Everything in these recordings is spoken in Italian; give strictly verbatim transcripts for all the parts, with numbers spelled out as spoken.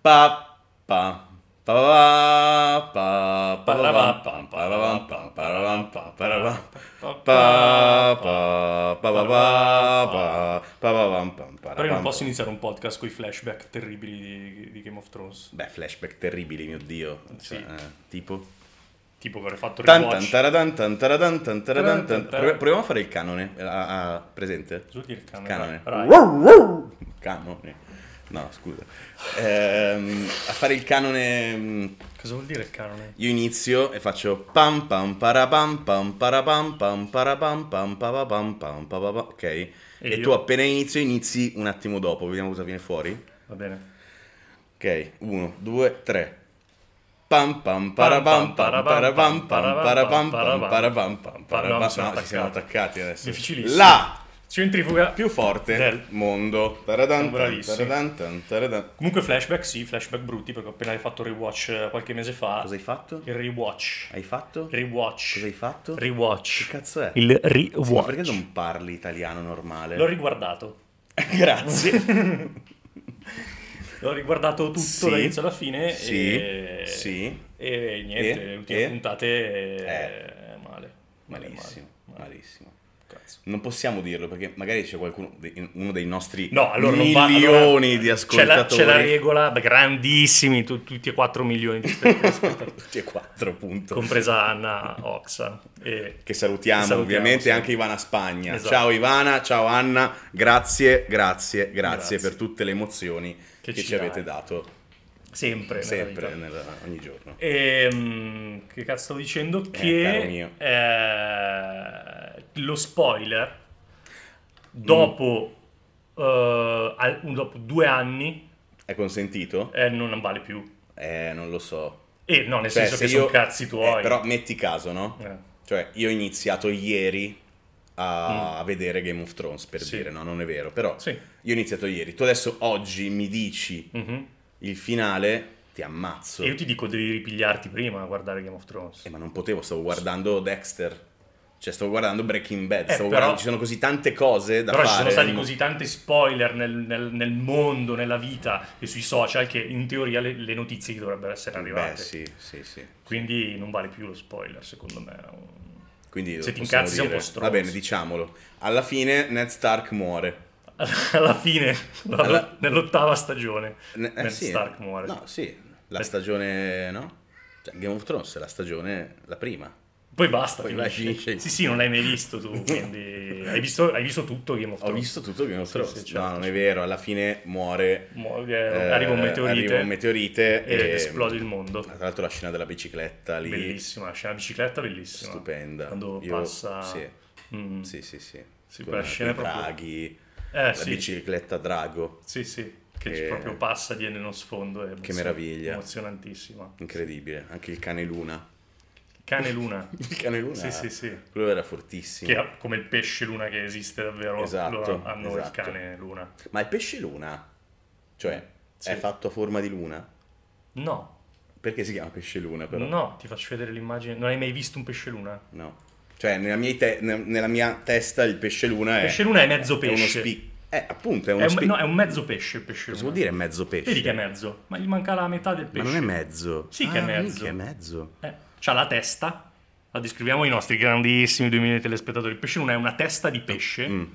Pa pa pa pa pa pa pa pa pa pa pa pa. Però io non posso iniziare un podcast con i flashback terribili di, di Game of Thrones. Beh, flashback terribili, mio Dio. Sì. Cioè, eh, tipo Tipo che avrei fatto Tan rewatch. tan taradan tan taradan tan taradan tan. Provi- Proviamo a fare il canone. Ah, ah, presente? Cosa vuol dire il canone? Canone. Rai. Canone. No, scusa. Ehm, a fare il canone. mh, Cosa vuol dire il canone? Io inizio e faccio pam pam parapam pam parapam pam parapam pam parapam pam parapam, ok? E, io? tu appena inizio inizi un attimo dopo, vediamo cosa viene fuori. Va bene. Ok, uno, due, tre. Pam pam parapam pam parapam pam parapam pam parapam pam parapam. No, ci siamo attaccati adesso. Difficilissimo. La Centrifuga più forte del mondo. Taradan, Bravissimo. taradan, tan, taradan. Comunque flashback, sì, flashback brutti, perché ho appena fatto il rewatch eh, qualche mese fa. Cosa hai fatto? Il rewatch. Hai fatto? Rewatch. Cosa hai fatto? Rewatch. Che cazzo è? Il Sì, ma rewatch. perché non parli italiano normale? L'ho riguardato. Grazie. L'ho riguardato tutto Sì. dall'inizio alla fine. Sì. E, Sì. e niente, E? le ultime E? puntate Eh. male. Male, Malissimo, male, male. malissimo. Cazzo. Non possiamo dirlo perché magari c'è qualcuno, de- uno dei nostri No, allora non va- milioni allora, di C'è ascoltatori. la, c'è la regola, beh, grandissimi, tu- tutti e quattro milioni di spettatori, Tutti e quattro, appunto. compresa Anna Oxa. E Che salutiamo, Salutiamo, ovviamente sì. anche Ivana Spagna. Esatto. Ciao Ivana, ciao Anna, grazie, grazie, grazie, Grazie. per tutte le emozioni che, Che ci, ci avete dai. dato sempre, nella sempre, vita. nella- ogni giorno. E, mm, che cazzo stavo dicendo? caro Che mio. eh, lo spoiler dopo, eh, al- dopo due anni È consentito? eh, non vale più. Eh, non lo so. E no, nel Cioè, senso se che io- sono cazzi tuoi. eh, però metti caso, no? Eh. Cioè, io ho iniziato ieri a, a vedere Game of Thrones, per Mm. Sì. dire, no, non è vero. Però Sì. io ho iniziato ieri. Tu adesso oggi mi dici Mhm. il finale, ti ammazzo. E io ti dico, devi ripigliarti prima a guardare Game of Thrones. Eh, ma non potevo, stavo guardando Dexter. Cioè, stavo guardando Breaking Bad. Eh, Stavo però- guardando, ci sono così tante cose da Però ci fare. sono stati così tanti spoiler nel, nel- nel mondo, nella vita e sui social che in teoria le, le notizie gli dovrebbero essere arrivate. Beh, sì, sì, sì. Quindi non vale più lo spoiler, secondo me. Quindi Se ti possiamo incazzi sei un dire- po' stronzo. Va bene, diciamolo. Alla fine Ned Stark muore. Alla fine, Alla- nell'ottava stagione, Ne- eh, Ned sì. Stark muore. No, sì, la Eh. stagione, no? Cioè, Game of Thrones è la stagione, la prima. Poi basta, Poi finisce. vai, finisce. Sì, sì, non l'hai mai visto tu, quindi hai visto, hai visto tutto Game of Ho Thrones. visto tutto Game of Sì, Thrones. sì, certo, no, non è sì. vero, alla fine muore. Mo- eh, eh, arriva un meteorite, arriva un meteorite ed e esplode il mondo. Tra l'altro la scena della bicicletta lì, Bellissima, la scena bicicletta bellissima. stupenda. Quando Io- passa... Sì, Mm. sì, sì, sì. Sì, Con quella scena è quei proprio- draghi, Eh, la sì. bicicletta drago, Sì, sì, che Che- proprio passa di nello sfondo. È Che meraviglia. Emozionantissima. incredibile. Anche il cane Luna. Cane Luna. Il cane Luna, Sì, sì, sì. quello era fortissimo. Che ha- come il pesce Luna che esiste davvero, Esatto, loro hanno il esatto. cane Luna. Ma il pesce Luna, cioè, Sì. è fatto a forma di luna? No, Perché si chiama pesce Luna però? no, ti faccio vedere l'immagine. Non hai mai visto un pesce Luna? No. Cioè, nella mia, te- ne- nella mia testa il pesce Luna è... Il pesce Luna è mezzo È uno pesce. spicco. Eh, appunto, è uno È un, spicco. no, è un mezzo pesce il pesce Cosa Luna. vuol dire mezzo pesce? Vedi che è mezzo, ma gli manca la metà del pesce. Ma non è mezzo. Sì che è Ah, mezzo. minchia, è mezzo. Eh, c'ha la testa, la descriviamo ai nostri grandissimi due milioni di telespettatori. Il pesce Luna è una testa di pesce Mm.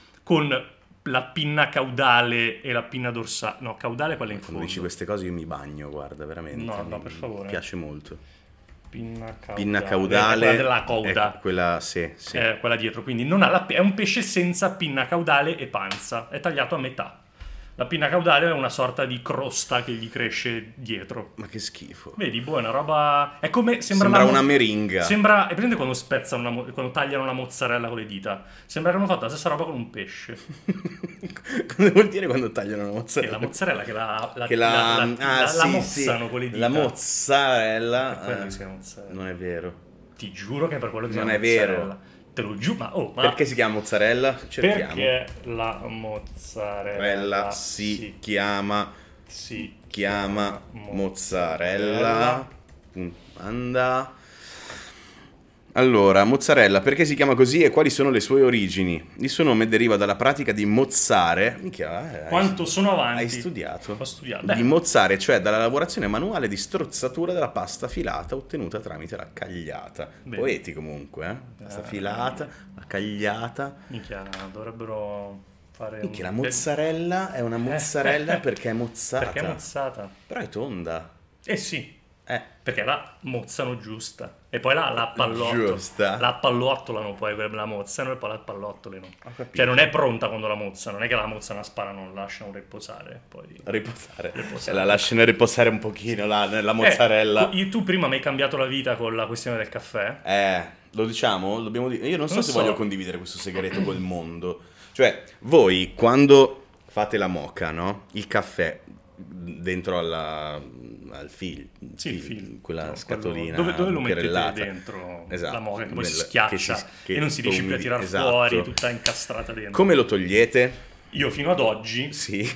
con la pinna caudale e la pinna dorsale. No, caudale è quella in Quando fondo. dici queste cose io mi bagno, guarda, veramente. No, no, Mi- per favore. Mi piace molto. Pinna caudale. Pinna caudale. È quella della coda. È quella, sì, sì. È quella dietro, quindi non ha la, è un pesce senza pinna caudale e panza, è tagliato a metà. La pinna caudale è una sorta di crosta che gli cresce dietro. Ma che schifo. Vedi, boh, è una roba... È come... Sembra, Sembra la mo- una meringa. Sembra... È presente quando spezzano una mo- quando tagliano la mozzarella con le dita? Sembra che hanno fatto la stessa roba con un pesce. Cosa vuol dire quando tagliano la Che mozzarella? la mozzarella che la, la, Che la, la, la, ah, la- sì, la sì. mozzano con le dita. La mozzarella. È quello eh, che si chiama mozzarella. Non è vero. Ti giuro che è per quello che si Non chiama è vero. mozzarella. Te lo giuro, ma... Oh, ma... Perché si chiama mozzarella? Cerchiamo. Perché la mozzarella Mozzarella si chiama si chiama mozzarella. mozzarella. Anda. Allora, mozzarella, perché si chiama così e quali sono le sue origini? Il suo nome deriva dalla pratica di mozzare. Minchia, eh, Quanto hai, sono avanti? Hai studiato? Ho studiato. Di Beh. mozzare, cioè dalla lavorazione manuale di strozzatura della pasta filata ottenuta tramite la cagliata. Bene. Poeti comunque, eh? Pasta Eh, filata, la cagliata. Minchia, dovrebbero fare... Minchia, la un- mozzarella è una mozzarella perché è mozzata. Perché è mozzata? Però è tonda. Eh sì, Eh, perché la mozzano giusta. E poi la, la pallottolano. Giusta. La pallottolano poi, la mozzano e poi la pallottolano. Ho capito. Cioè non è pronta quando la mozzano, non è che la mozzano a spara, non la lasciano riposare. Poi... riposare. Riposare. La lasciano riposare un pochino là, nella mozzarella. Eh, tu prima mi hai cambiato la vita con la questione del caffè. Eh, lo diciamo? Dobbiamo dire. Io non so Non se so. voglio condividere questo segreto col mondo. Cioè, voi quando fate la moka, no? Il caffè dentro alla, al fil, Sì, il film. quella No, scatolina quello- dove, dove lo mettete bucherellata. dentro Esatto, la moca che poi si nel- schiaccia che si- che e non si riesce più a umidi- tirar esatto. fuori, tutta incastrata dentro. Come lo togliete? Io fino ad oggi Sì.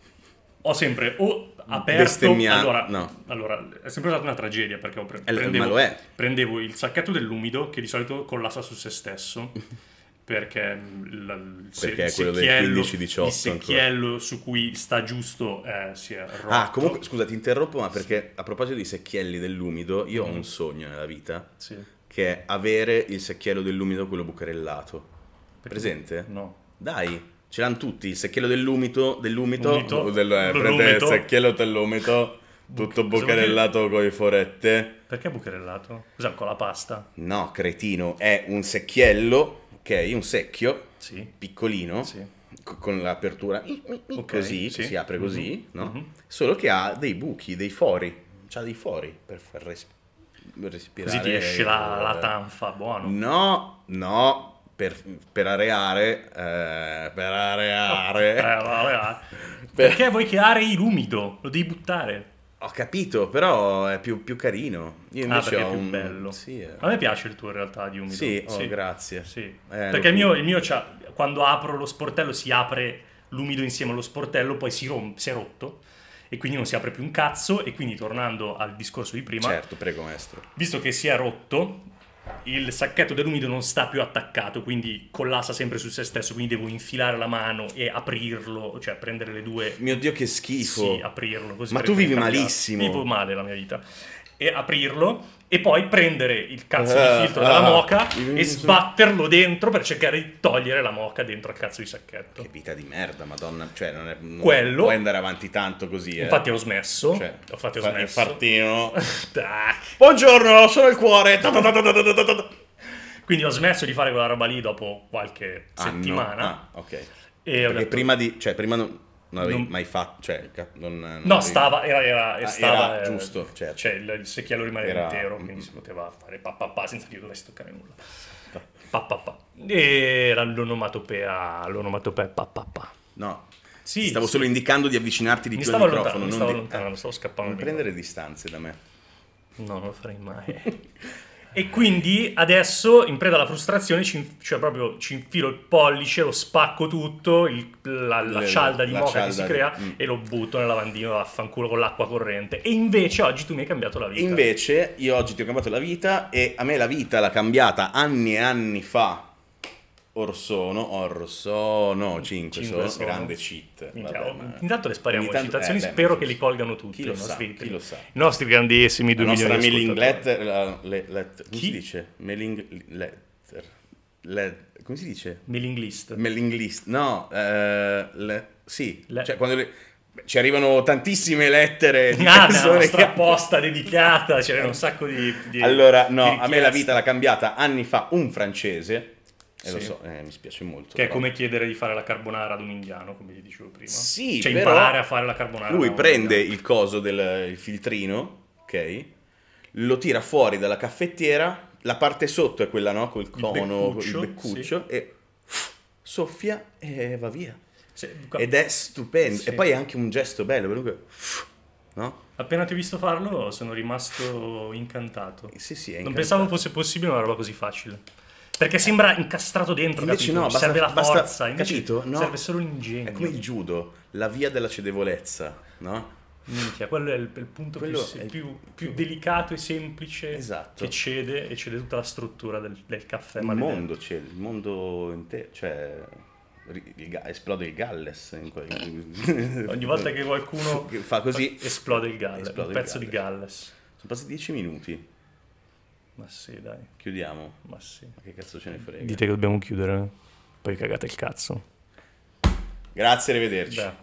ho sempre o aperto... Bestemmia- Allora, no. allora, è sempre stata una tragedia perché ho pre- Eh, prendevo, ma lo è. prendevo il sacchetto dell'umido che di solito collassa su se stesso perché il, il se- Perché è il quello del secchiello- quindici diciotto il secchiello su cui sta giusto eh, si è rotto. Ah, comunque, scusa, ti interrompo, ma perché a proposito di secchielli dell'umido, io ho Mm. un sogno nella vita, Sì. che è avere il secchiello dell'umido, quello bucherellato. Presente? No. Dai, ce l'hanno tutti, il secchiello dell'umito, dell'umito, Umito, del, eh, prende il l'umito. secchiello dell'umito, tutto cosa vuol bucherellato con i forette. Perché bucherellato? Cos'è, con la pasta? No, cretino, è un secchiello, ok, un secchio, Sì. piccolino, Sì. co- con l'apertura Ok, così, sì. si apre così, Mhm, no? mhm. Solo che ha dei buchi, dei fori, c'ha dei fori per far res- respirare. Così ti esce la, la eh, tanfa, buono. No, no, per, per areare, eh, per areare. Eh, vabbè. Perché vuoi che arei l'umido? Lo devi buttare. Ho capito, però è più, più carino. Io Ah, invece perché è ho più un... bello. Sì, eh. A me piace il tuo in realtà di umido. Sì, oh, grazie. Sì. Eh, Perché il lo- mio, il mio c'ha, quando apro lo sportello si apre l'umido insieme allo sportello, poi si, rompe, si è rotto e quindi non si apre più un cazzo. E quindi tornando al discorso di prima, Certo, prego maestro. visto che si è rotto, il sacchetto dell'umido non sta più attaccato, quindi collassa sempre su se stesso, quindi devo infilare la mano e aprirlo, cioè prendere le due... Mio Dio, che schifo. Sì, aprirlo così. Ma per tu vivi cambiare. malissimo. Vivo male la mia vita. E aprirlo e poi prendere il cazzo Ah, di filtro della ah. moka Mm. e sbatterlo dentro per cercare di togliere la moka dentro al cazzo di sacchetto. Che vita di merda, madonna. Cioè, non, è, non Quello- puoi andare avanti tanto così, eh. Infatti ho smesso. Cioè, Infatti ho fa- smesso. il fartino. Tac. Buongiorno, sono il cuore. Quindi ho smesso di fare quella roba lì dopo qualche Anno. settimana. Ah, ok. E ho Perché detto- prima di... Cioè, prima non, non avevi Non- mai fatto... Cioè, ca- non, non No, avevi- stava, era, era, Ah, stava, era eh, giusto, certo. Cioè il, il secchiello rimaneva Era- intero, mm, quindi mm. si poteva fare pa pa pa senza che io dovessi toccare nulla. Pa pa pa. E era l'onomatopea, l'onomatopea pa pa pa. No. Sì, Ti stavo sì. solo indicando di avvicinarti di Mi più al stavo microfono. allontanando, mi non stavo di- allontanando, eh, stavo scappando Non al prendere distanze da me. No, non lo farei mai. E quindi adesso, in preda alla frustrazione, ci, inf- cioè proprio ci infilo il pollice, lo spacco tutto, il- la, la Le- cialda di la moka che cialda si di- crea mm. e lo butto nel lavandino vaffanculo con l'acqua corrente. E invece oggi tu mi hai cambiato la vita. Invece io oggi ti ho cambiato la vita e a me la vita l'ha cambiata anni e anni fa. Orsono, Orsono, cinque, Cinque sono sono. grande cheat. Minchia, Vabbè, ma- intanto le spariamo ogni le tanto- citazioni, eh, beh, spero ma- che li colgano tutti. Chi lo i sa, nostri, chi lo sa. I nostri grandissimi La due nostra milioni di mailing ascoltatori. letter, la- le- let- come Chi? si dice? Mailing letter. Le- come si dice? Mailing list. Mailing list. No, eh, le- sì, Le- cioè quando le- ci arrivano tantissime lettere di Ah, la persone nostra che- posta dedicata, c'era un sacco di, di Allora, di no, a me la richieste. vita l'ha cambiata anni fa un francese, e lo Sì. so, eh, mi spiace molto. Che è però. come chiedere di fare la carbonara ad un indiano, come ti dicevo prima. Sì, cioè però imparare a fare la carbonara. Lui da un prende indiano. il coso del il filtrino, ok? Lo tira fuori dalla caffettiera, la parte sotto è quella, no? Col cono, beccuccio, il beccuccio, e soffia e va via. Sì, Ed è stupendo. Sì. E poi è anche un gesto bello, comunque, no? appena ti ho visto farlo sono rimasto incantato. Sì, sì, è Non incantato. pensavo fosse possibile una roba così facile. Perché sembra incastrato dentro, Invece capito? no, Ci basta- serve la basta- forza, invece capito? No. serve solo l'ingegno. È come il judo, la via della cedevolezza, no? Minchia, quello è il, il punto più, Quello se- è il- più- più delicato e semplice Esatto. che cede e cede tutta la struttura del, del caffè Il maledetto. mondo c'è, il mondo intero, cioè ri- il ga- esplode il Galles in quel- Ogni volta che qualcuno Che fa così esplode il Galles, esplode un il pezzo di Galles. Sono passati dieci minuti, Ma sì, dai, chiudiamo. ma sì. Ma che cazzo ce ne frega. Dite che dobbiamo chiudere, poi cagate il cazzo. Grazie, arrivederci. Beh.